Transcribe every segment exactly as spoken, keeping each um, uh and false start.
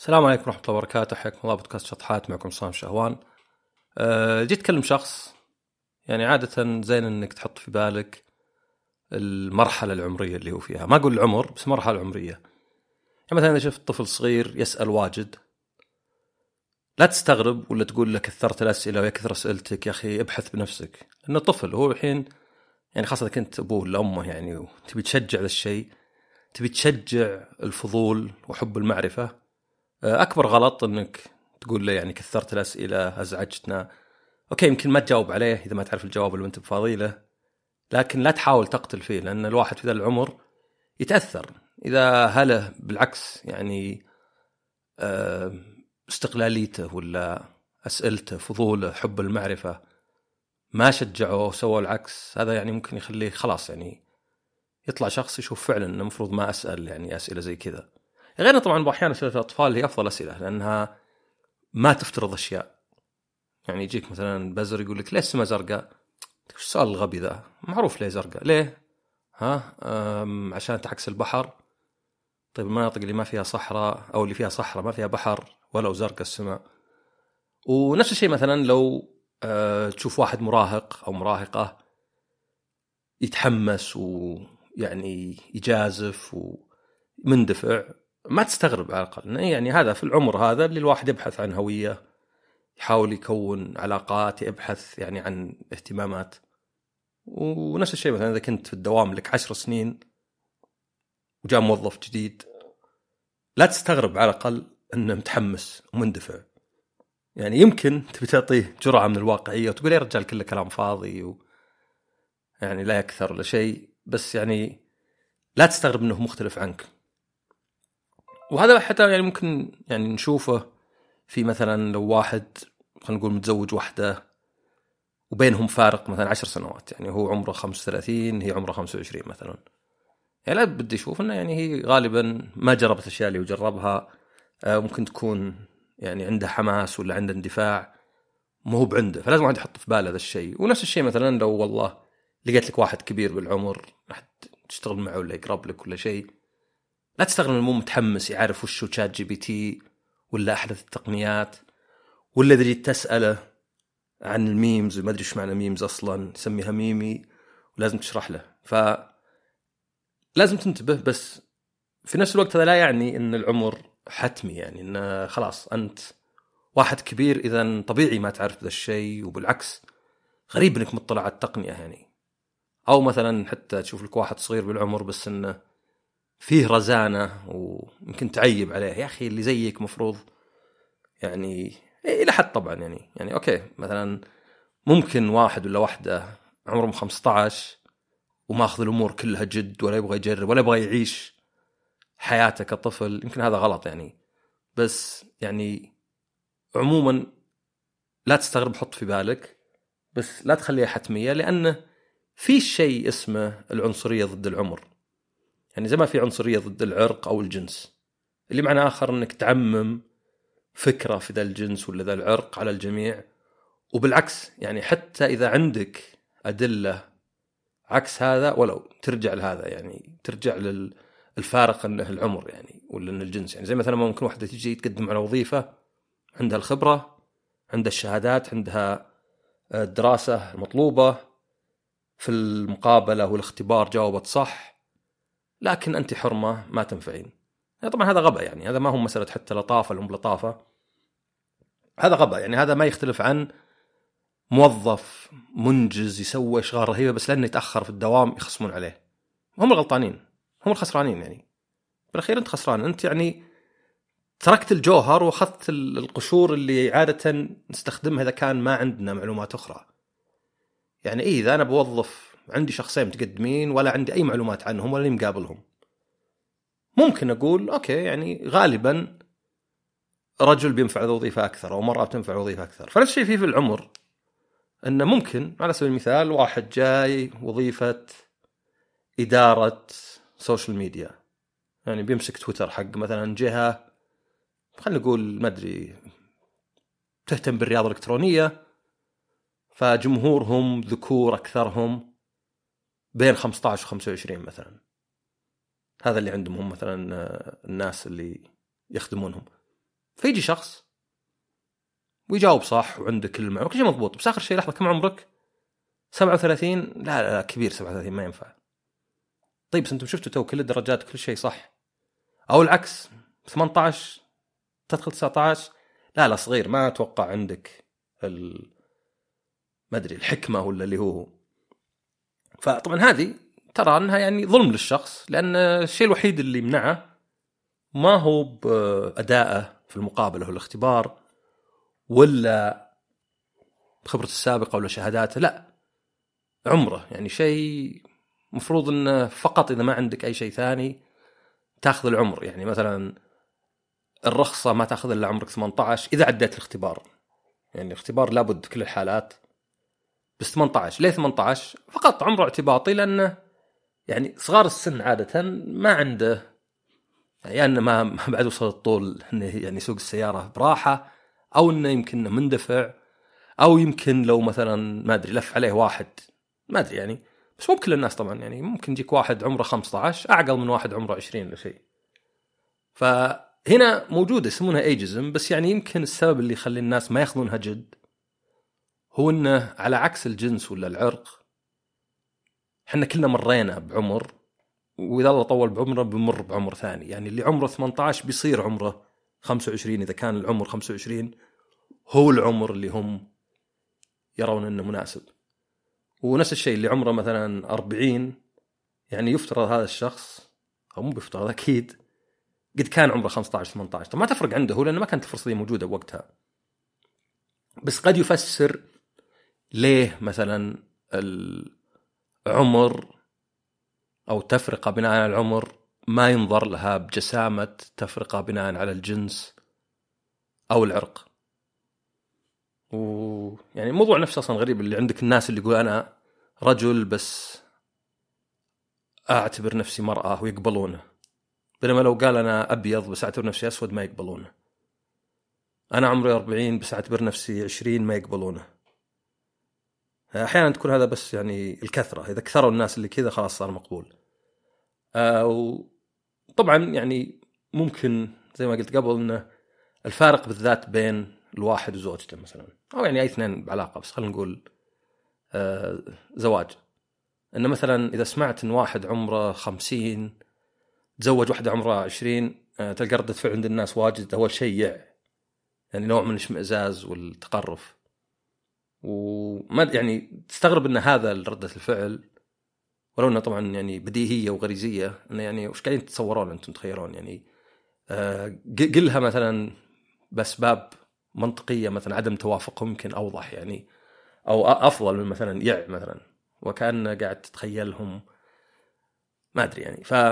السلام عليكم ورحمة الله وبركاته. حياكم الله بودكاست شطحات، معكم صام شهوان. أه جيت أكلم شخص، يعني عادة زين أنك تحط في بالك المرحلة العمرية اللي هو فيها. ما أقول العمر، بس مرحلة عمرية. يعني مثلا إذا شفت طفل صغير يسأل واجد، لا تستغرب ولا تقول له كثرت الأسئلة ويا كثر أسئلتك، يا أخي ابحث بنفسك. لأنه طفل هو الحين، يعني خاصة إذا كنت أبوه ولا أمه، يعني وتبي تشجع ذا الشيء، تبي تشجع الفضول وحب المعرفة. أكبر غلط أنك تقول له يعني كثرت الأسئلة، أزعجتنا. أوكي، يمكن ما تجاوب عليه إذا ما تعرف الجواب اللي أنت بفاضيله، لكن لا تحاول تقتل فيه، لأن الواحد في ذا العمر يتأثر إذا هله بالعكس، يعني استقلاليته ولا أسئلته، فضوله، حب المعرفة ما شجعه وسوى العكس. هذا يعني ممكن يخليه خلاص، يعني يطلع شخص يشوف فعلا أنه مفروض ما أسأل يعني أسئلة زي كذا. غير طبعا بأحيان أسئلة الأطفال هي أفضل أسئلة، لأنها ما تفترض أشياء. يعني يجيك مثلا بزر يقول لك ليه السماء زرقاء؟ وش السؤال الغبي ذا؟ معروف ليه زرقاء. ليه؟ ها عشان تعكس البحر. طيب المناطق اللي ما فيها صحراء أو اللي فيها صحراء ما فيها بحر ولو زرقاء السماء. ونفس الشيء مثلا لو أه تشوف واحد مراهق أو مراهقة يتحمس ويعني يجازف ومندفع، ما تستغرب على الأقل. يعني هذا في العمر هذا اللي الواحد يبحث عن هوية، يحاول يكون علاقات، يبحث يعني عن اهتمامات. ونفس الشيء مثلا إذا كنت في الدوام لك عشر سنين وجاء موظف جديد، لا تستغرب على الأقل أنه متحمس ومندفع. يعني يمكن تبي تعطيه جرعة من الواقعية وتقول يا رجال كله كلام فاضي و يعني لا يكثر ولا شيء، بس يعني لا تستغرب أنه مختلف عنك. وهذا حتى يعني ممكن يعني نشوفه في مثلا لو واحد خلينا نقول متزوج واحدة وبينهم فارق مثلا عشر سنوات، يعني هو عمره خمسة وثلاثين هي عمره خمسة وعشرين مثلا. يعني لا بدي أشوف أنه يعني هي غالبا ما جربت الأشياء اللي وجربها. ممكن تكون يعني عنده حماس ولا عنده اندفاع ما هو بعنده، فلازم واحد يحط في باله هذا الشيء. ونفس الشيء مثلا لو والله لقيت لك واحد كبير بالعمر راح تشتغل معه ولا يقرب لك ولا شيء، لا تستغرب انه مو متحمس يعرف وش هو شات جي بي تي ولا احدث التقنيات، ولا اذا جيت تساله عن الميمز وما ادري ايش معنى ميمز اصلا يسميها ميمي ولازم تشرح له. فلازم تنتبه، بس في نفس الوقت هذا لا يعني ان العمر حتمي، يعني ان خلاص انت واحد كبير اذا طبيعي ما تعرف ذا الشيء. وبالعكس غريب انك مطلع على التقنيه يعني. او مثلا حتى تشوف لك واحد صغير بالعمر بس انه فيه رزانه ويمكن تعيب عليه، يا اخي اللي زيك مفروض يعني الى حد طبعا يعني يعني اوكي مثلا ممكن واحد ولا واحده عمرهم خمسة عشر وما اخذ الامور كلها جد ولا يبغى يجرب ولا يبغى يعيش حياته كطفل، يمكن هذا غلط يعني. بس يعني عموما لا تستغرب، حط في بالك، بس لا تخليها حتميه، لانه في شيء اسمه العنصريه ضد العمر. يعني زي ما في عنصريه ضد العرق او الجنس، اللي معنى اخر انك تعمم فكره في ذا الجنس ولا ذا العرق على الجميع. وبالعكس يعني حتى اذا عندك ادله عكس هذا ولو ترجع لهذا، يعني ترجع للفارق انه العمر يعني ولا ان الجنس. يعني زي مثلا ممكن واحده تجي تقدم على وظيفه، عندها الخبره، عندها الشهادات، عندها الدراسه المطلوبه، في المقابله والاختبار جاوبت صح، لكن انت حرمه ما تنفعين. يعني طبعا هذا غباء، يعني هذا ما هو مساله حتى لطافه ولا لطافه، هذا غباء. يعني هذا ما يختلف عن موظف منجز يسوي اشغال رهيبه بس لانه يتاخر في الدوام يخصمون عليه. هم الغلطانين، هم الخسرانين. يعني بالاخير انت خسران، انت يعني تركت الجوهر واخذت القشور اللي عاده نستخدمها اذا كان ما عندنا معلومات اخرى. يعني إيه اذا انا بوظف عندي شخصين متقدمين ولا عندي اي معلومات عنهم ولا مقابلهم، ممكن اقول اوكي يعني غالبا رجل بينفع الوظيفه اكثر او مرأة بتنفع الوظيفه اكثر. فنفس الشيء فيه في العمر، انه ممكن على سبيل المثال واحد جاي وظيفه اداره سوشيال ميديا، يعني بيمسك تويتر حق مثلا جهه خلينا نقول ما ادري تهتم بالرياضه الالكترونيه، فجمهورهم ذكور اكثرهم بين خمسة عشر وخمسة وعشرين مثلا. هذا اللي عندهم هم مثلا الناس اللي يخدمونهم. فيجي شخص ويجاوب صح وعنده كل المعلومات كل شيء مضبوط، بس آخر شيء لحظة كم عمرك؟ سبعة وثلاثين. لا لا, لا كبير سبعة وثلاثين ما ينفع. طيب بس أنتم شفتوا تو كل الدرجات كل شيء صح. أو العكس ثمانية عشر تدخل تسعة عشر، لا لا صغير ما أتوقع عندك ال ما أدري الحكمة ولا اللي هو. فطبعا هذه ترى أنها يعني ظلم للشخص، لأن الشيء الوحيد اللي يمنعه ما هو بأدائه في المقابلة والاختبار ولا خبرة السابقة ولا شهاداته، لا عمره. يعني شيء مفروض أنه فقط إذا ما عندك أي شيء ثاني تأخذ العمر. يعني مثلا الرخصة ما تأخذ إلا عمرك ثمانية عشر إذا عديت الاختبار، يعني الاختبار لابد كل الحالات، بس ثمانية عشر. ليه ثمانية عشر؟ فقط عمره اعتباطي، لأنه يعني صغار السن عادة ما عنده يعني ما ما بعد وصل الطول إنه يعني يسوق السيارة براحة، أو إنه يمكن مندفع، أو يمكن لو مثلا ما أدري لف عليه واحد ما أدري يعني. بس مو بكل الناس طبعا، يعني ممكن يجيك واحد عمره خمسة عشر أعقل من واحد عمره عشرين ولا شيء. فهنا موجودة يسمونها ايجزم، بس يعني يمكن السبب اللي يخلي الناس ما ياخذونها جد هو إنه على عكس الجنس ولا العرق، حنا كلنا مرينا بعمر، وإذا الله طول بعمره بمر بعمر ثاني. يعني اللي عمره ثمانية عشر بيصير عمره خمسة وعشرين، إذا كان العمر خمسة وعشرين هو العمر اللي هم يرون أنه مناسب. ونفس الشيء اللي عمره مثلا أربعين، يعني يفترض هذا الشخص، أو مو بيفترض أكيد، قد كان عمره خمسة عشر ثمانية عشر. طب ما تفرق عنده لأنه ما كانت الفرصة دي موجودة بوقتها. بس قد يفسر ليه مثلا العمر أو تفرقة بناء على العمر ما ينظر لها بجسامة تفرقة بناء على الجنس أو العرق. ويعني الموضوع نفسه أصلا غريب، اللي عندك الناس اللي يقول أنا رجل بس أعتبر نفسي مرأة ويقبلونه، بينما لو قال أنا أبيض بس أعتبر نفسي أسود ما يقبلونه. أنا عمري أربعين بس أعتبر نفسي عشرين ما يقبلونه. أحيانا تكون هذا بس يعني الكثرة، إذا كثروا الناس اللي كذا خلاص صار مقبول. أه طبعا يعني ممكن زي ما قلت قبل إنه الفارق بالذات بين الواحد وزوجته مثلا، أو يعني أي اثنين بعلاقة، بس خلينا نقول أه زواج، إنه مثلا إذا سمعت إن واحد عمره خمسين تزوج واحدة عمرها عشرين، أه تلقى ردة فعل عند الناس واجد أول شيء يعني نوع من الاشمئزاز والتقرف، وما يعني تستغرب إن هذا ردة الفعل، ولو إنه طبعا يعني بديهية وغريزية، إنه يعني وش قاعدين تتصورون أنتم تخيرون يعني أه قلها مثلا بأسباب منطقية، مثلا عدم توافقهم يمكن أوضح يعني، أو أفضل من مثلا يع مثلا، وكأن قاعد تتخيلهم ما أدري يعني. ف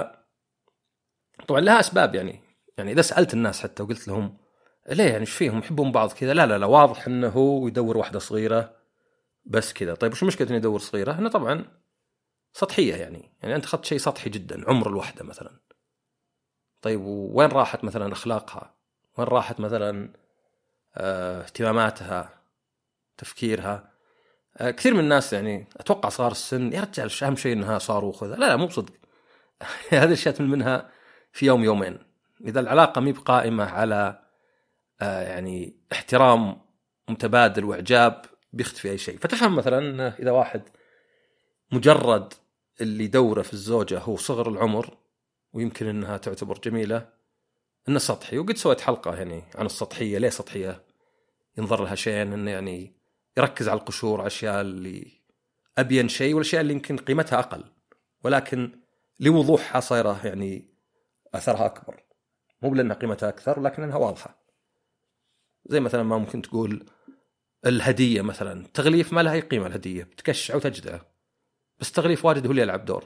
طبعا لها أسباب يعني. يعني إذا سألت الناس حتى وقلت لهم ليه يعني إيش فيهم يحبون بعض كذا، لا لا لا واضح إنه هو يدور واحدة صغيرة بس كذا. طيب وش مشكلة إنه يدور صغيرة؟ هنا طبعا سطحية يعني، يعني أنت خدت شيء سطحي جدا، عمر الوحدة مثلا. طيب وين راحت مثلا أخلاقها؟ وين راحت مثلا اه اهتماماتها، تفكيرها؟ اه كثير من الناس يعني أتوقع صغار السن يا رجال أهم شيء إنها صاروخ، لا لا مو بصدق. هذا الشيء تمل منها في يوم يومين. إذا العلاقة مي بقائمة على اه يعني احترام متبادل وإعجاب بيختفي أي شيء. فتفهم مثلا إذا واحد مجرد اللي دوره في الزوجة هو صغر العمر ويمكن أنها تعتبر جميلة، أنه سطحي. وقد سويت حلقة يعني عن السطحية، ليه سطحية ينظر لها شيئا، أنه يعني يركز على القشور، أشياء اللي أبين شيء والأشياء اللي يمكن قيمتها أقل ولكن لوضوحها صايرة يعني أثرها أكبر، مو لأنها قيمتها أكثر ولكن أنها واضحة. زي مثلا ما ممكن تقول الهدية مثلا، تغليف ما لها أي قيمة، الهدية بتكشع وتجدع، بس تغليف واجد هو اللي يلعب دور.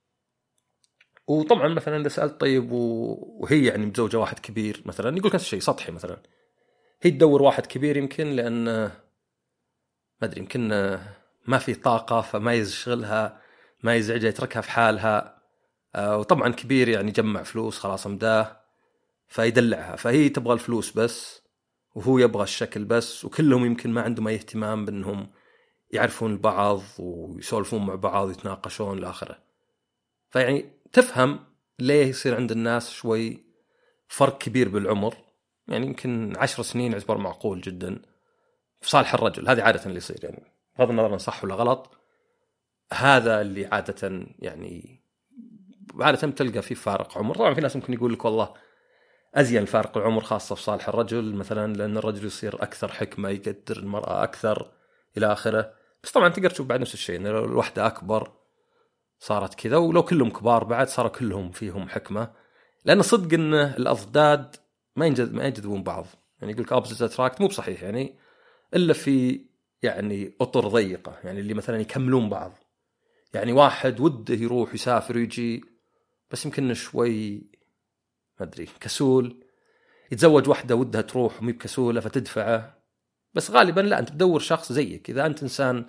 وطبعا مثلا إذا سألت طيب وهي يعني متزوجة واحد كبير مثلا، يقول نفس الشيء سطحي. مثلا هي تدور واحد كبير يمكن لأن ما أدري يمكن ما في طاقة فما يشغلها، ما يزعجها، يتركها في حالها. وطبعا كبير يعني جمع فلوس خلاص مداه فيدلعها، فهي تبغى الفلوس بس وهو يبغى الشكل بس، وكلهم يمكن ما عندهم أي اهتمام بأنهم يعرفون البعض ويسولفون مع بعض ويتناقشون لآخره. فيعني تفهم ليه يصير عند الناس شوي فرق كبير بالعمر، يعني يمكن عشر سنين يعتبر معقول جدا في صالح الرجل. هذه عادة اللي يصير، يعني بغض النظر صح ولا غلط، هذا اللي عادة يعني عادة تلقى فيه فارق عمر. طبعا في ناس ممكن يقول لك والله أزين فارق العمر خاصة في صالح الرجل مثلا، لأن الرجل يصير أكثر حكمة، يقدر المرأة أكثر إلى آخره. بس طبعا تقدر تشوف بعد نفس الشيء، إن لو الوحدة أكبر صارت كذا، ولو كلهم كبار بعد صاروا كلهم فيهم حكمة. لأن صدق إن الأضداد ما ينجذ ما يجذبون بعض، يعني يقول لك opposite attract، مو بصحيح يعني، إلا في يعني أطر ضيقة، يعني اللي مثلا يكملون بعض. يعني واحد وده يروح يسافر ويجي، بس يمكن شوي ما أدري كسول، يتزوج واحدة ودها تروح ومي بكسولة فتدفعه. بس غالبا لا، أنت تدور شخص زيك. إذا أنت إنسان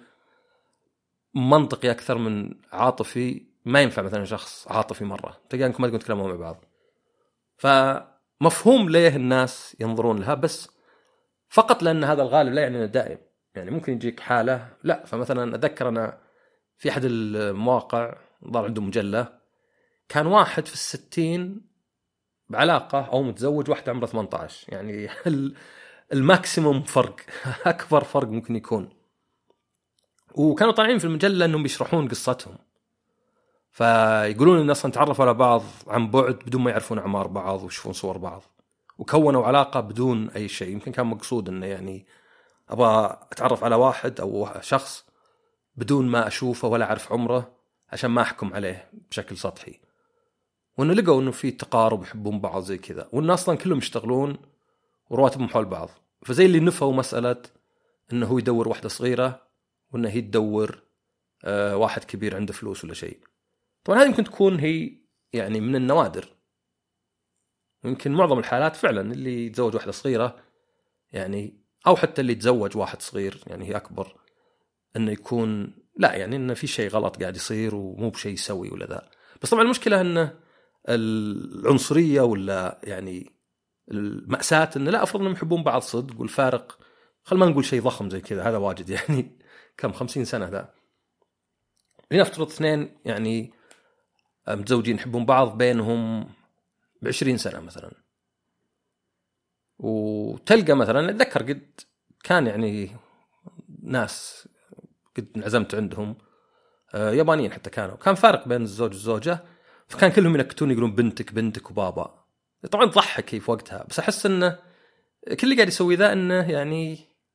منطقي أكثر من عاطفي، ما ينفع مثلا شخص عاطفي مرة، تلقى أنكم ما تقدرون تتكلموا مع بعض. فمفهوم ليه الناس ينظرون لها، بس فقط لأن هذا الغالب لا يعني أنه دائم. يعني ممكن يجيك حالة لا. فمثلا أذكر أنا في أحد المواقع ضار عنده مجلة، كان واحد في الستين بعلاقة أو متزوج واحدة عمرها ثمانية عشر، يعني الماكسيموم فرق أكبر فرق ممكن يكون. وكانوا طالعين في المجلة أنهم بيشرحون قصتهم، فيقولون الناس أصلا تعرفوا على بعض عن بعد بدون ما يعرفون أعمار بعض ويشوفون صور بعض، وكونوا علاقة بدون أي شيء. يمكن كان مقصود أنه يعني أبغى أتعرف على واحد أو شخص بدون ما أشوفه ولا أعرف عمره عشان ما أحكم عليه بشكل سطحي. وأنه لقوا أنه في تقارب يحبون بعض زي كذا، والناس أصلا كلهم يشتغلون ورواتبهم حول بعض. فزي اللي نفوا مسألة أنه هو يدور واحدة صغيرة وأنه هي تدور آه واحد كبير عنده فلوس ولا شيء. طبعا هذه يمكن تكون هي يعني من النوادر، ويمكن معظم الحالات فعلا اللي يتزوج واحدة صغيرة يعني، أو حتى اللي يتزوج واحد صغير يعني هي أكبر، أنه يكون لا يعني أنه في شيء غلط قاعد يصير ومو بشيء يسوي ولا ذا. بس طبعا المشكلة أنه العنصرية ولا يعني المأساة أنه لا، أفرض أنهم يحبون بعض صدق والفارق، خل ما نقول شيء ضخم زي كذا، هذا واجد يعني كم خمسين سنة ذا. لنفترض اثنين يعني متزوجين يحبون بعض بينهم بعشرين سنة مثلا، وتلقى مثلا أتذكر قد كان يعني ناس قد انعزمت عندهم يابانيين حتى كانوا، كان فارق بين الزوج والزوجة، فكان كلهم ينكتون يقولون بنتك بنتك وبابا. طبعا تضحك في وقتها، بس أحس أنه كل اللي قاعد يسوي ذا أنه يعني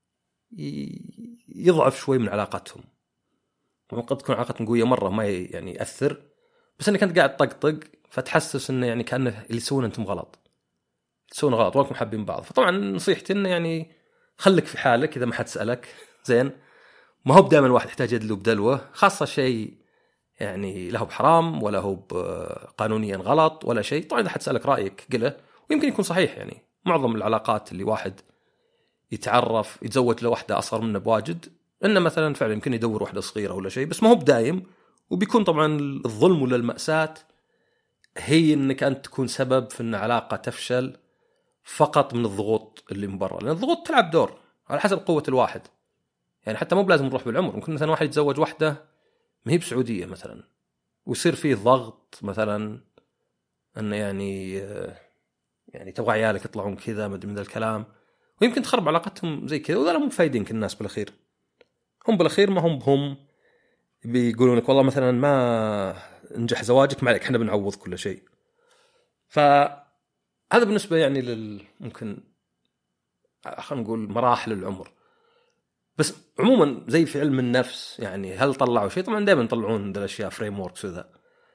يضعف شوي من علاقتهم. وقد تكون علاقتهم قوية مرة ما يعني يأثر، بس أنك أنت قاعد طقطق فتحسس أنه يعني كأنه اللي يسوون أنتم غلط، تسوون غلط ولكم حابين بعض. فطبعا نصيحتي أنه يعني خلك في حالك إذا ما حد سألك زين. ما هو دائما الواحد يحتاج يدلو بدلوه، خاصة شيء يعني له بحرام ولا هو قانونيا غلط ولا شيء. طبعا إذا حد سألك رأيك قله، ويمكن يكون صحيح. يعني معظم العلاقات اللي واحد يتعرف يتزوج لوحدة أصغر منه بواجد، إنه مثلا فعلا يمكن يدور واحدة صغيرة ولا شيء، بس ما هو بدايم. وبيكون طبعا الظلم ولا المأساة هي إنك أنت تكون سبب في إن علاقة تفشل فقط من الضغوط اللي من برا، لأن الضغوط تلعب دور على حسب قوة الواحد. يعني حتى مو بلازم نروح بالعمر، ممكن مثلا واحد يتزوج واحدة ما هي بسعودية مثلا، ويصير فيه ضغط مثلا إنه يعني يعني تبغى عيالك يطلعون كذا من ذا الكلام، ويمكن تخرب علاقتهم زي كذا. وذا لا مو فايدين كل الناس بالأخير، هم بالأخير ما هم بهم بيقولون لك والله مثلا ما نجح زواجك ما عليك احنا بنعوض كل شيء. فهذا بالنسبة يعني لل ممكن خلينا نقول مراحل العمر. بس عموما زي في علم النفس يعني هل طلعوا شيء؟ طبعا دائما يطلعون ذا الأشياء فريم ووركس وذا.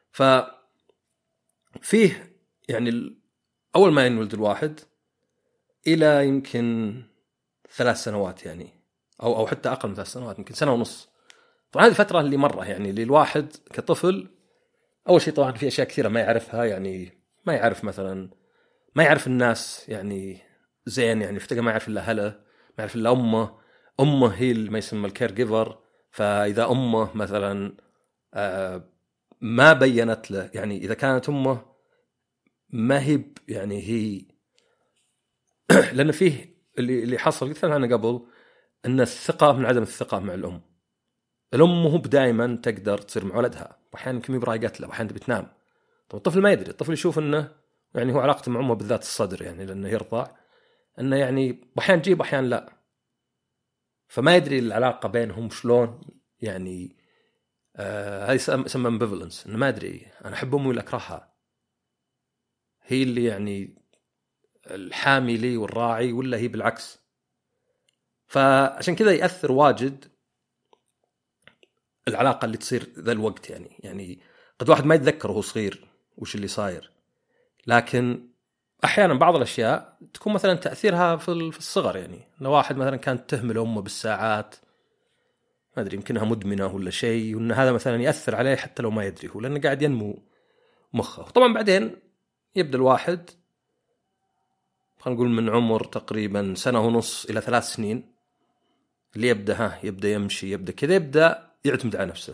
ففيه يعني أول ما ينولد الواحد إلى يمكن ثلاث سنوات يعني، أو أو حتى أقل من ثلاث سنوات، يمكن سنة ونص. طبعا هذه الفترة اللي مرة يعني للواحد كطفل، أول شيء طبعا في أشياء كثيرة ما يعرفها. يعني ما يعرف مثلا ما يعرف الناس يعني زين، يعني فتلقى ما يعرف إلا هلا، ما يعرف إلا أمه. أمه هي اللي ما يسمى الكير جيفر. فإذا أمه مثلا آه ما بينت له، يعني إذا كانت أمه ما هي يعني هي لأن فيه اللي اللي حصل قلت عنه قبل، أن الثقة من عدم الثقة مع الأم. الأم مو دائما تقدر تصير مع ولدها، وأحيانا كم يبغى يقتله، وأحيانا بتنام. طب الطفل ما يدري، الطفل يشوف أنه يعني هو علاقته مع أمه بالذات الصدر، يعني لأنه يرضع انه يعني احيانا تجيب احيانا لا، فما يدري العلاقه بينهم شلون يعني. آه هاي يسمى امبيفالنس، انه ما ادري انا احب امي ولا اكرهها، هي اللي يعني الحامي لي والراعي ولا هي بالعكس. فعشان كذا يأثر واجد العلاقه اللي تصير ذا الوقت يعني. يعني قد واحد ما يتذكر وهو صغير وش اللي صاير، لكن احيانا بعض الاشياء تكون مثلا تاثيرها في الصغر. يعني لو واحد مثلا كانت تهمل امه بالساعات، ما ادري يمكنها مدمنه ولا شيء، وان هذا مثلا ياثر عليه حتى لو ما يدري هو، لانه قاعد ينمو مخه. طبعا بعدين يبدا الواحد خلينا نقول من عمر تقريبا سنه ونص الى ثلاث سنين اللي يبدا ها يبدا يمشي، يبدا كذا، يبدا يعتمد على نفسه.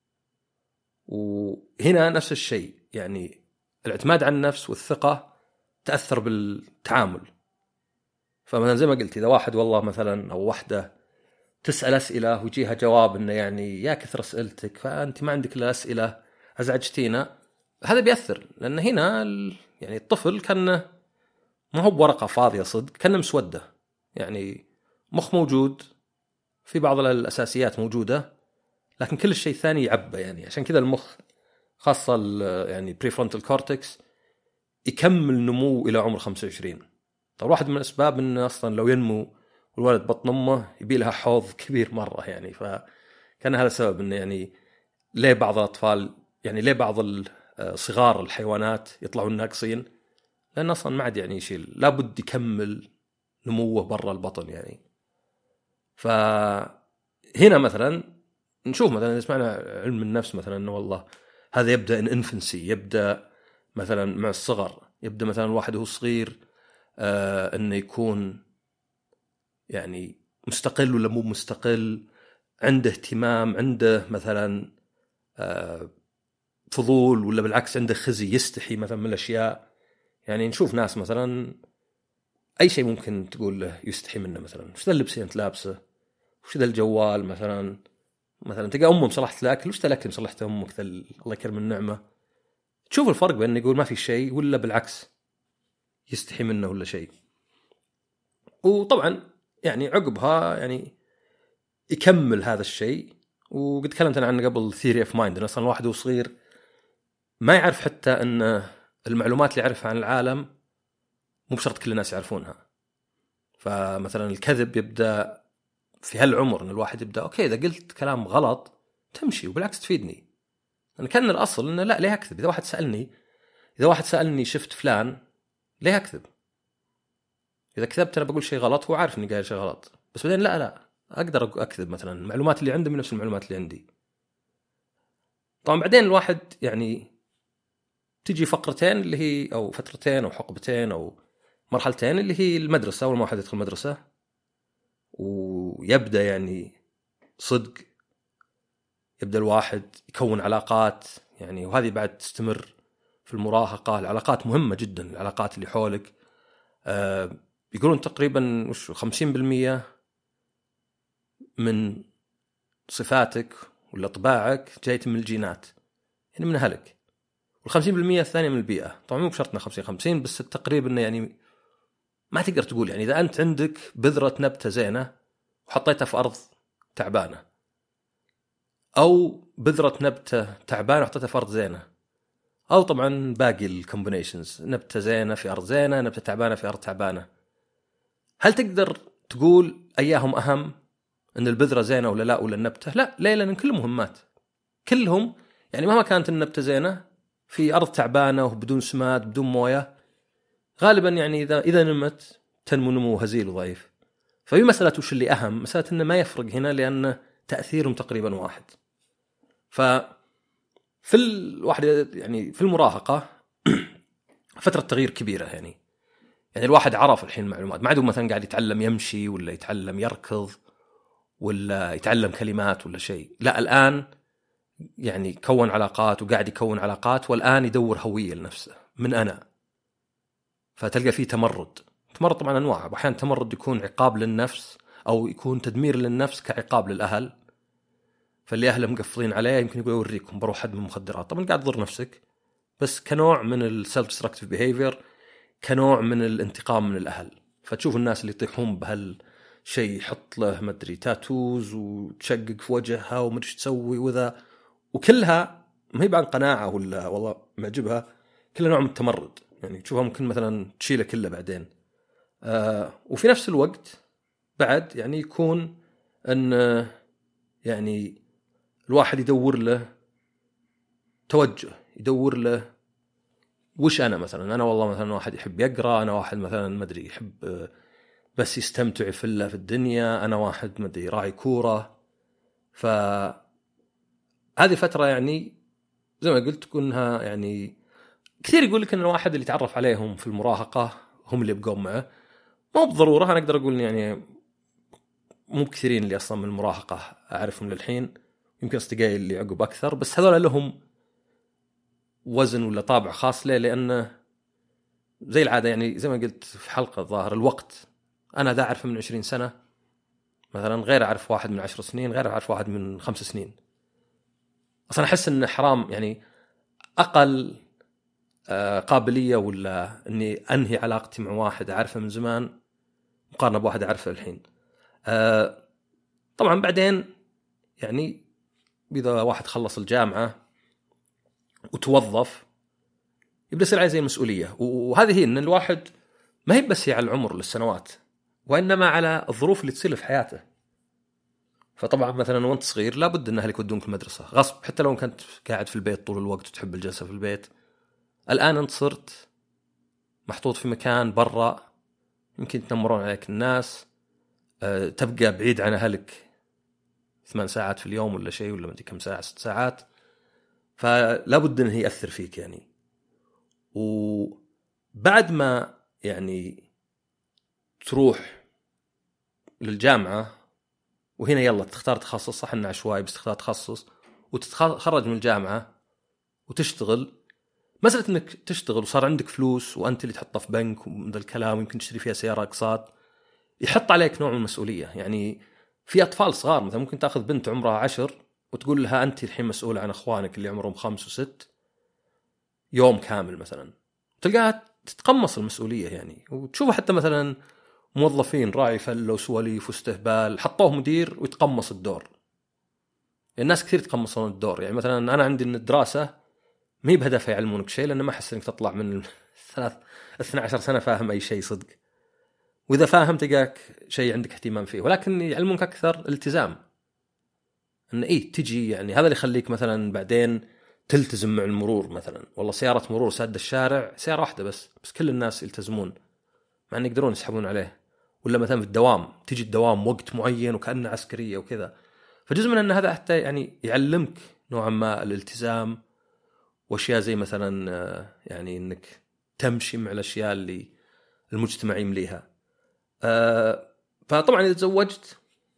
وهنا نفس الشيء يعني الاعتماد على النفس والثقه تاثر بالتعامل. فمثلا زي ما قلت اذا واحد والله مثلا او واحده تسال اسئله ويجيها جواب انه يعني يا كثر اسئلتك فانت ما عندك الا اسئله ازعجتينا، هذا بيأثر. لان هنا يعني الطفل كان ما هو بورقه فاضيه صدق، كان مسوده يعني، مخ موجود في بعض الاساسيات موجوده لكن كل الشيء الثاني يعبى يعني. عشان كذا المخ خاصه يعني بريفرونتال كورتكس يكمل نمو الى عمر خمسة وعشرين. طبعا واحد من الاسباب انه اصلا لو ينمو والولد بطن امه يبي لها حوض كبير مره يعني، فكان هذا السبب انه يعني ليه بعض الاطفال يعني ليه بعض صغار الحيوانات يطلعون ناقصين، لان اصلا ما عاد يعني يشيل، لابد يكمل نموه برا البطن يعني. فهنا مثلا نشوف مثلا اسمعنا علم النفس مثلا انه والله هذا يبدا ان انفنسي، يبدا مثلا مع الصغر، يبدا مثلا الواحد وهو صغير آه انه يكون يعني مستقل ولا مو مستقل، عنده اهتمام، عنده مثلا آه فضول ولا بالعكس عنده خزي، يستحي مثلا من الاشياء. يعني نشوف ناس مثلا اي شيء ممكن تقول له يستحي منه، مثلا وش ذا اللبس انت لابسه، وش ذا الجوال مثلا مثلا تلقى امه مصلحت الاكل، وش ذا الاكل مصلحته امك الله يكرم النعمه. تشوف الفرق بين يقول ما في شيء ولا بالعكس يستحي منه ولا شيء. وطبعا يعني عقبها يعني يكمل هذا الشيء. وقد تكلمت أنا عنه قبل ثيري اوف مايند، أصلا الواحد وهو صغير ما يعرف حتى أن المعلومات اللي يعرفها عن العالم مو بشرط كل الناس يعرفونها. فمثلا الكذب يبدأ في هالعمر، أن الواحد يبدأ أوكي إذا قلت كلام غلط تمشي وبالعكس تفيدني. أنا كان الأصل أنه لا ليه أكذب، إذا واحد سألني إذا واحد سألني شفت فلان ليه أكذب، إذا كذبت أنا بقول شيء غلط هو عارف إني قايل شيء غلط، بس بعدين لا لا أقدر أكذب مثلا المعلومات اللي عندي من نفس المعلومات اللي عندي. طبعا بعدين الواحد يعني تجي فقرتين اللي هي أو فترتين أو حقبتين أو مرحلتين اللي هي المدرسة، أول ما واحد يدخل المدرسة ويبدأ يعني صدق يبدأ الواحد يكون علاقات يعني، وهذه بعد تستمر في المراهقة. العلاقات مهمة جدا، العلاقات اللي حولك أه يقولون تقريبا وش خمسين بالمية من صفاتك ولا طباعك جاية من الجينات يعني من أهلك، والخمسين بالمية الثانية من البيئة. طبعا مو بشرطنا خمسين خمسين، بس التقريب إنه يعني ما تقدر تقول يعني إذا أنت عندك بذرة نبتة زينة وحطيتها في أرض تعبانة، أو بذرة نبتة تعبانة وحطيتها في أرض زينة، أو طبعا باقي الكومبينيشنز نبتة زينة في أرض زينة، نبتة تعبانة في أرض تعبانة، هل تقدر تقول أيهم أهم أن البذرة زينة ولا لا ولا النبتة؟ لا، ليه؟ لأن كلهم مهمات، كلهم يعني مهما كانت النبتة زينة في أرض تعبانة وبدون سماد بدون موية غالبا يعني إذا إذا نمت تنمو نمو هزيل وضعيف. فهي مسألة وش اللي أهم، مسألة إنه ما يفرق هنا لأن تأثيرهم تقريبا واحد. ففي الواحد يعني في المراهقة فترة تغيير كبيرة يعني يعني الواحد عرف الحين معلومات، ما عاد مثلا قاعد يتعلم يمشي ولا يتعلم يركض ولا يتعلم كلمات ولا شيء، لا الآن يعني كون علاقات وقاعد يكون علاقات، والآن يدور هوية لنفسه من أنا. فتلقى فيه تمرد، تمرد طبعا أنواع، أحيانا تمرد يكون عقاب للنفس أو يكون تدمير للنفس كعقاب للأهل، فاللي أهله مقفلين عليه يمكن يقول أوريكم بروح حد من المخدرات، طبعا قاعد تضر نفسك بس كنوع من السيلف ديستركتيف بيهيفير، كنوع من الانتقام من الأهل. فتشوف الناس اللي يطيحون بهالشيء، يحط له مدري تاتوز وتشقق في وجهها ومدري تسوي وذا، وكلها ما هي بعد قناعة ولا والله معجبها، كلها نوع من التمرد. يعني تشوفها ممكن مثلا تشيله كله بعدين. آه وفي نفس الوقت بعد يعني يكون أن يعني الواحد يدور له توجه، يدور له وش أنا مثلا. أنا والله مثلا واحد يحب يقرأ، أنا واحد مثلا مدري يحب بس يستمتع في الله في الدنيا، أنا واحد مدري راعي كورة. فهذه فترة يعني زي ما قلت تكونها يعني كثير يقول لك أن الواحد اللي تعرف عليهم في المراهقة هم اللي يبقون معه. مو بالضرورة، أنا أقدر أقول يعني مو كثيرين اللي أصلا من المراهقة أعرفهم للحين، يمكن أصدقائي اللي عقب أكثر، بس هذول لهم وزن ولا طابع خاص له، لأنه زي العادة يعني زي ما قلت في حلقة الظاهر الوقت. أنا دا أعرفه من عشرين سنة مثلا، غير أعرف واحد من عشر سنين، غير أعرف واحد من خمس سنين. أصلا أحس إنه حرام يعني أقل قابلية ولا إني أنهي علاقتي مع واحد أعرفه من زمان مقارنة بواحد أعرفه الحين. طبعا بعدين يعني إذا واحد خلص الجامعة وتوظف يبدأ يصير عليه زي المسؤولية، وهذه هي إن الواحد ما هي بس هي على العمر للسنوات، وإنما على الظروف اللي تصير في حياته. فطبعا مثلا وانت صغير لابد أن أهلك يودونك المدرسة غصب، حتى لو كنت قاعد في البيت طول الوقت وتحب الجلسة في البيت. الآن أنت صرت محطوط في مكان برا، يمكن تنمرون عليك الناس، أه تبقى بعيد عن أهلك ثمان ساعات في اليوم ولا شيء، ولا مدري كم ساعة، ست ساعات. فلابد أنه يأثر فيك يعني. وبعد ما يعني تروح للجامعة وهنا يلا تختار تخصص، صح إنه عشوائي بس تختار تخصص وتتخرج من الجامعة وتشتغل. مسألة إنك تشتغل وصار عندك فلوس وأنت اللي تحطها في بنك ومن ذا الكلام، يمكن تشتري فيها سيارة أقساط، يحط عليك نوع من المسؤولية. يعني في أطفال صغار مثلا ممكن تأخذ بنت عمرها عشر وتقول لها أنت الحين مسؤولة عن أخوانك اللي عمرهم خمس وست يوم كامل مثلا، تلقاها تتقمص المسؤولية يعني. وتشوفها حتى مثلا موظفين راعي فلة وسواليف واستهبال حطوه مدير ويتقمص الدور. الناس كثير تقمصون الدور. يعني مثلا أنا عندي إن الدراسة ما هي بهدفها يعلمونك شيء، لأنه ما أحس إنك تطلع من الثلاث اثنى عشر سنة فاهم أي شيء صدق، وإذا فاهم تلقاك شيء عندك اهتمام فيه، ولكن يعلمونك أكثر التزام. إن إيه تجي يعني هذا اللي يخليك مثلا بعدين تلتزم مع المرور. مثلا والله سيارة مرور ساد الشارع سيارة واحدة بس بس كل الناس يلتزمون مع أن يقدرون يسحبون عليه. ولا مثلا في الدوام تجي الدوام وقت معين وكأنه عسكرية وكذا. فجزء من أن هذا حتى يعني يعلمك نوعا ما الالتزام وأشياء زي مثلا يعني أنك تمشي مع الأشياء اللي المجتمع يمليها. فطبعا إذا تزوجت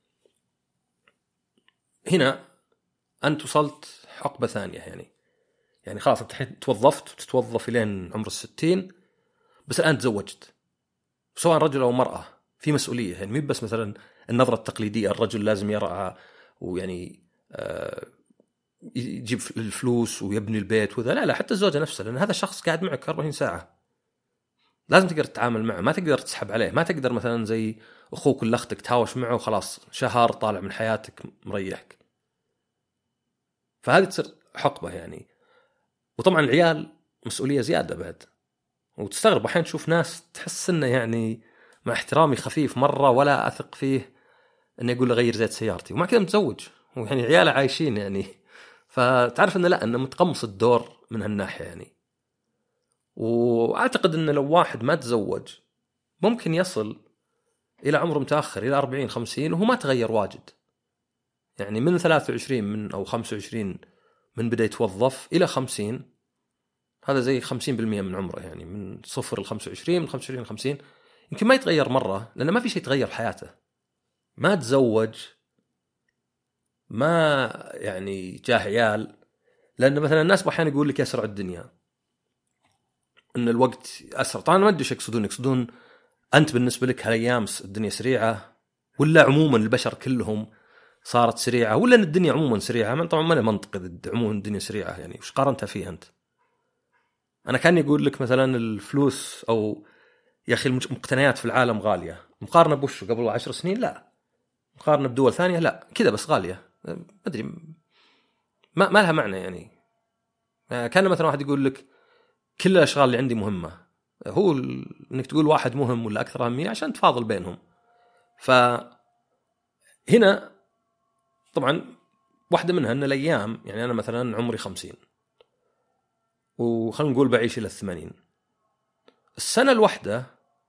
هنا أنت وصلت حقبة ثانية يعني يعني خلاص أنت توظفت وتتوظف لين عمر الستين، بس الآن تزوجت سواء رجل أو مرأة، في مسؤولية. يعني مو بس مثلا النظرة التقليدية الرجل لازم يرعى ويعني آه يجيب الفلوس ويبني البيت وذا، لا لا، حتى الزوجة نفسها، لأن هذا شخص قاعد معك أربعين ساعة لازم تقدر تتعامل معه، ما تقدر تسحب عليه، ما تقدر مثلا زي أخوك ولا أختك تهاوش معه وخلاص شهر طالع من حياتك مريحك. فهذه تصير حقبة يعني. وطبعا العيال مسؤولية زيادة بعد، وتستغرب أحيانا تشوف ناس تحس إنه يعني مع احترامي خفيف مرة ولا أثق فيه إنه يقول له غير زيت سيارتي، ومع كذا متزوج ويعني عياله عايشين يعني. فتعرف إنه لا، إنه متقمص الدور من هالناحية يعني. وأعتقد إنه لو واحد ما تزوج ممكن يصل إلى عمر متأخر إلى أربعين خمسين وهو ما تغير واجد. يعني من ثلاثة وعشرين من أو خمسة وعشرين من بدأ يتوظف إلى خمسين، هذا زي خمسين بالمئة من عمره. يعني من صفر لخمسة وعشرين، من خمسة وعشرين لخمسين يمكن ما يتغير مرة، لأنه ما في شيء يتغير في حياته. ما تزوج، ما يعني جاه عيال. لأن مثلا الناس بحيان يقول لك يسرع الدنيا، إن الوقت أسرع. طبعا ما أدري إيش يقصدون يقصدون أنت بالنسبة لك هالأيام الدنيا سريعة، ولا عموما البشر كلهم صارت سريعة، ولا أن الدنيا عموما سريعة. من طبعا ما له منطق إذا عموما الدنيا سريعة، يعني وش قارنتها فيها أنت؟ أنا كان يقول لك مثلا الفلوس أو يا أخي المقتنيات في العالم غالية، مقارنة بوش قبل عشر سنين لا، مقارنة بدول ثانية لا، كذا بس غالية. ما أدري ما ما لها معنى يعني. كان مثلا واحد يقول لك كل الأشغال اللي عندي مهمة، هو إنك تقول واحد مهم ولا أكثر أهمية عشان تفاضل بينهم. فهنا طبعا واحدة منها أن الأيام، يعني أنا مثلا عمري خمسين وخلنا نقول بعيش إلى الثمانين، السنة الواحدة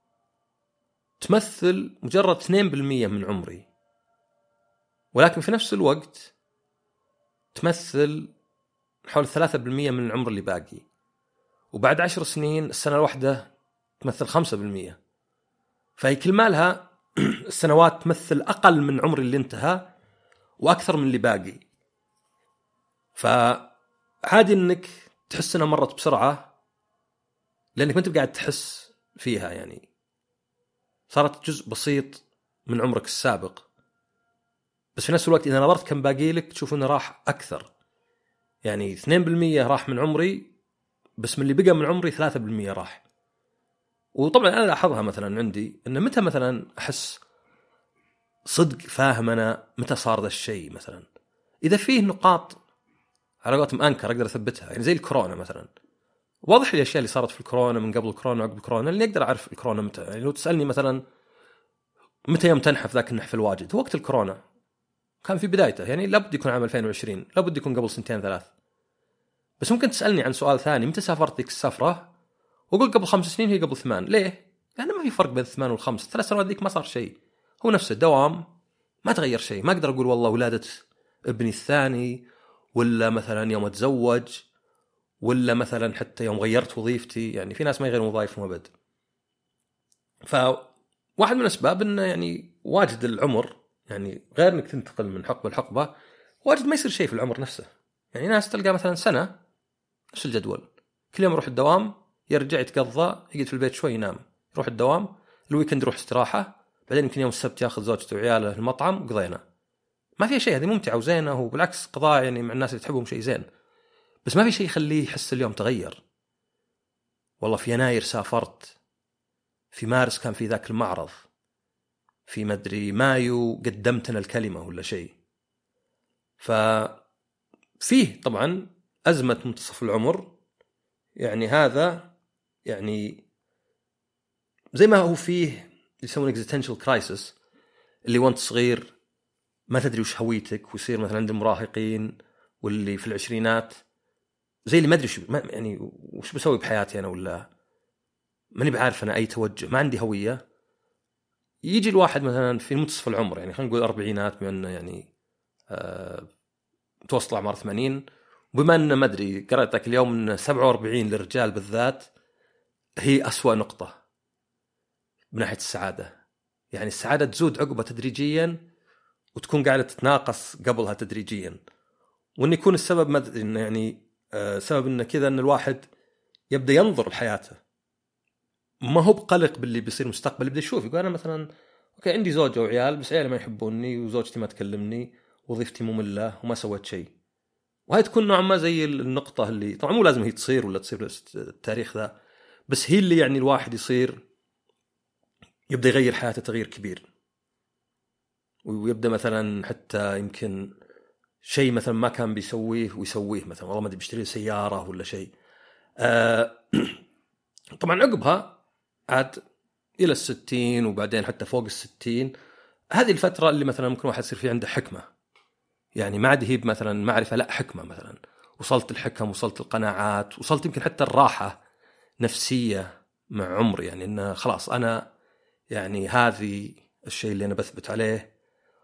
تمثل مجرد اثنين بالمية من عمري، ولكن في نفس الوقت تمثل حول ثلاثة بالمية من العمر اللي باقي. وبعد عشر سنين السنة الواحدة تمثل خمسة بالمية. فهي كل مالها السنوات تمثل أقل من عمري اللي انتهى وأكثر من اللي باقي. فعادي أنك تحس أنها مرت بسرعة لأنك ما أنت قاعد تحس فيها، يعني صارت جزء بسيط من عمرك السابق. بس في نفس الوقت إذا نظرت كم باقي لك تشوف أنه راح أكثر. يعني اثنين بالمية راح من عمري، بس من اللي بقى من عمري ثلاثة بالمية راح. وطبعا أنا لاحظها مثلا عندي أن متى مثلا أحس صدق فاهم أنا متى صار ذا الشيء، مثلا إذا فيه نقاط على قولتهم أنكر أقدر أثبتها، يعني زي الكورونا مثلا. واضح لي الأشياء اللي صارت في الكورونا من قبل الكورونا وقبل الكورونا اللي أقدر أعرف الكورونا متى. يعني لو تسألني مثلا متى يوم تنحف ذاك النحف الواجد، وقت الكورونا كان في بدايته، يعني لابد يكون عام ألفين وعشرين، لابد يكون قبل سنتين ثلاث. بس ممكن تسألني عن سؤال ثاني، متى سافرت ذيك السفرة، وقول قبل خمس سنين هي قبل ثمان. ليه؟ لأن ما في فرق بين الثمان والخمس. ثلاث سنوات ذيك ما صار شيء، هو نفس الدوام، ما تغير شيء. ما أقدر أقول والله ولادة ابني الثاني، ولا مثلا يوم أتزوج، ولا مثلا حتى يوم غيرت وظيفتي. يعني في ناس ما يغيرون وظائفهم أبد. فواحد من الأسباب إنه يعني واجد العمر، يعني غير إنك تنتقل من حقبة لحقبة، واجد ما يصير شيء في العمر نفسه. يعني ناس تلقى مثلا سنة نفس الجدول، كل يوم يروح الدوام، يرجع يتقضى، يقعد في البيت شوي ينام، يروح الدوام، الويكند يروح استراحة، بعدين يمكن يوم السبت ياخذ زوجته وعياله المطعم وقضينا. ما في شيء، هذه ممتعة وزينة، وبالعكس قضاء يعني مع الناس اللي تحبهم شيء زين. بس ما في شيء يخليه يحس اليوم تغير. والله في يناير سافرت، في مارس كان في ذاك المعرض، في مدري مايو قدمتنا الكلمة ولا شيء. ففيه طبعا أزمة منتصف العمر، يعني هذا يعني زي ما هو فيه يسمونه existential crisis، اللي وانت صغير ما تدري وش هويتك، ويصير مثلا عند المراهقين واللي في العشرينات زي اللي ما أدري شو يعني وش بسوي بحياتي أنا، ولا ماني بعارف أنا أي توجه، ما عندي هوية. يجي الواحد مثلا في منتصف العمر، يعني خلينا نقول أربعينات، بما أنه يعني أه توصل أعمار ثمانين، وبما أنه ما أدري قرأت ذاك اليوم أن سبعة وأربعين للرجال بالذات هي أسوأ نقطة من ناحية السعادة. يعني السعادة تزود عقبة تدريجيا وتكون قاعدة تتناقص قبلها تدريجيا. وأن يكون السبب ما أدري إنه يعني أه سبب إنه كذا أن الواحد يبدأ ينظر لحياته، ما هو بقلق باللي بيصير مستقبل، يبدأ يشوف يقول أنا مثلا أوكي عندي زوجة وعيال بس عيالي ما يحبوني، وزوجتي ما تكلمني، وظيفتي مملة وما سويت شيء. وهي تكون نوعا ما زي النقطة اللي طبعا مو لازم هي تصير ولا تصير التاريخ ذا، بس هي اللي يعني الواحد يصير يبدأ يغير حياته تغيير كبير. ويبدأ مثلا حتى يمكن شيء مثلا ما كان بيسويه ويسويه، مثلا والله ما أدري بيشتري سيارة ولا شيء. آه طبعا عقبها عاد إلى الستين وبعدين حتى فوق الستين، هذه الفترة اللي مثلا ممكن واحد يصير فيه عنده حكمة، يعني ما عاد هي مثلا معرفة، لا حكمة، مثلا وصلت الحكم، وصلت القناعات، وصلت يمكن حتى الراحة نفسية مع عمري. يعني إنه خلاص أنا يعني هذه الشيء اللي أنا بثبت عليه،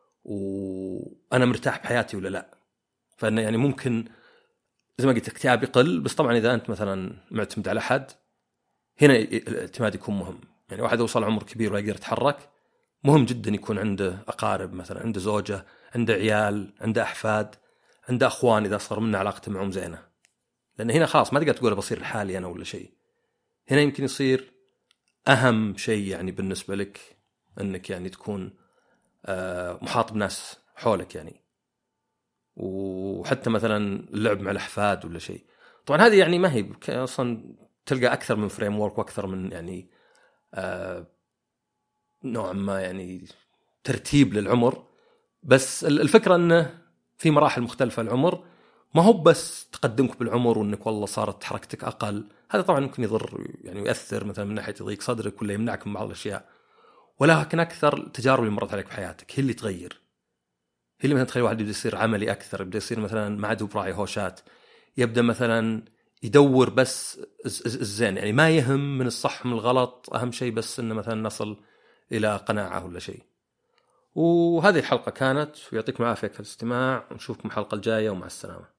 وأنا مرتاح بحياتي ولا لا. فإنه يعني ممكن زي ما قلت اكتئاب يقل، بس طبعا إذا أنت مثلا معتمد على حد، هنا الاعتماد يكون مهم. يعني واحد وصل عمر كبير ويقدر يتحرك، مهم جدا يكون عنده أقارب، مثلا عنده زوجة، عنده عيال، عنده أحفاد، عنده أخوان إذا صار منه علاقته معهم زينة. لأن هنا خلاص ما تقدر تقول بصير الحالي أنا ولا شيء. هنا يمكن يصير أهم شيء يعني بالنسبة لك أنك يعني تكون محاط بناس حولك، يعني وحتى مثلا اللعب مع الأحفاد ولا شيء. طبعا هذه يعني ما هي أصلا تلقى أكثر من فريم وورك وأكثر من يعني آه نوعا ما يعني ترتيب للعمر. بس الفكرة أنه في مراحل مختلفة العمر، ما هو بس تقدمك بالعمر وأنك والله صارت حركتك أقل، هذا طبعا ممكن يضر يعني يؤثر مثلا من ناحية يضيق صدرك ولا يمنعك من بعض الأشياء، ولكن أكثر التجارب اللي مرت عليك بحياتك هي اللي تغير. هي اللي مثلا تخلي واحد يبدأ يصير عملي أكثر، يبدأ يصير مثلا ما عاد براعي هوشات، يبدأ مثلا يدور بس الزين، يعني ما يهم من الصح من الغلط، أهم شيء بس إنه مثلا نصل إلى قناعة ولا شيء. وهذه الحلقة كانت، ويعطيكم العافية على الاستماع، ونشوفكم الحلقة الجاية، ومع السلامة.